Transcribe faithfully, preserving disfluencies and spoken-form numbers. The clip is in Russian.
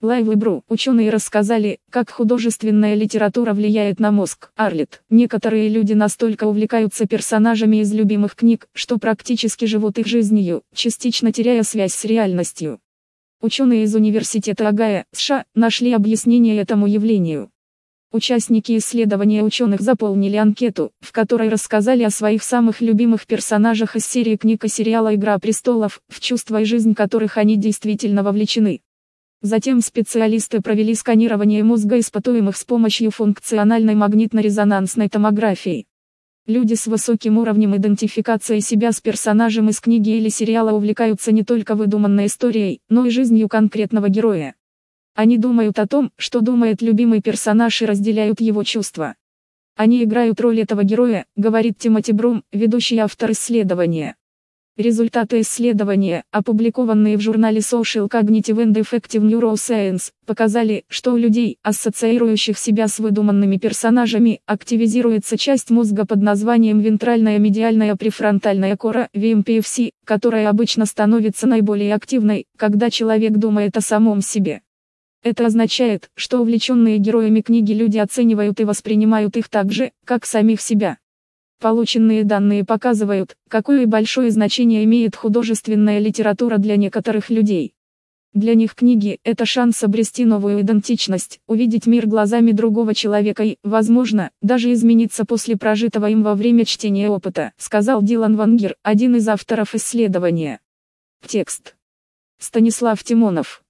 Live.ru. Ученые рассказали, как художественная литература влияет на мозг. Арлет. Некоторые люди настолько увлекаются персонажами из любимых книг, что практически живут их жизнью, частично теряя связь с реальностью. Ученые из Университета Огайо, США, нашли объяснение этому явлению. Участники исследования ученых заполнили анкету, в которой рассказали о своих самых любимых персонажах из серии книг и сериала «Игра престолов», в чувства и жизнь которых они действительно вовлечены. Затем специалисты провели сканирование мозга испытуемых с помощью функциональной магнитно-резонансной томографии. Люди с высоким уровнем идентификации себя с персонажем из книги или сериала увлекаются не только выдуманной историей, но и жизнью конкретного героя. Они думают о том, что думает любимый персонаж, и разделяют его чувства. Они играют роль этого героя, говорит Тимоти Брум, ведущий автор исследования. Результаты исследования, опубликованные в журнале Social Cognitive and Effective Neuroscience, показали, что у людей, ассоциирующих себя с выдуманными персонажами, активизируется часть мозга под названием вентральная медиальная префронтальная кора, ви эм пи эф си, которая обычно становится наиболее активной, когда человек думает о самом себе. Это означает, что увлеченные героями книги люди оценивают и воспринимают их так же, как самих себя. Полученные данные показывают, какое большое значение имеет художественная литература для некоторых людей. Для них книги – это шанс обрести новую идентичность, увидеть мир глазами другого человека и, возможно, даже измениться после прожитого им во время чтения опыта, сказал Дилан Вангер, один из авторов исследования. Текст. Станислав Тимонов.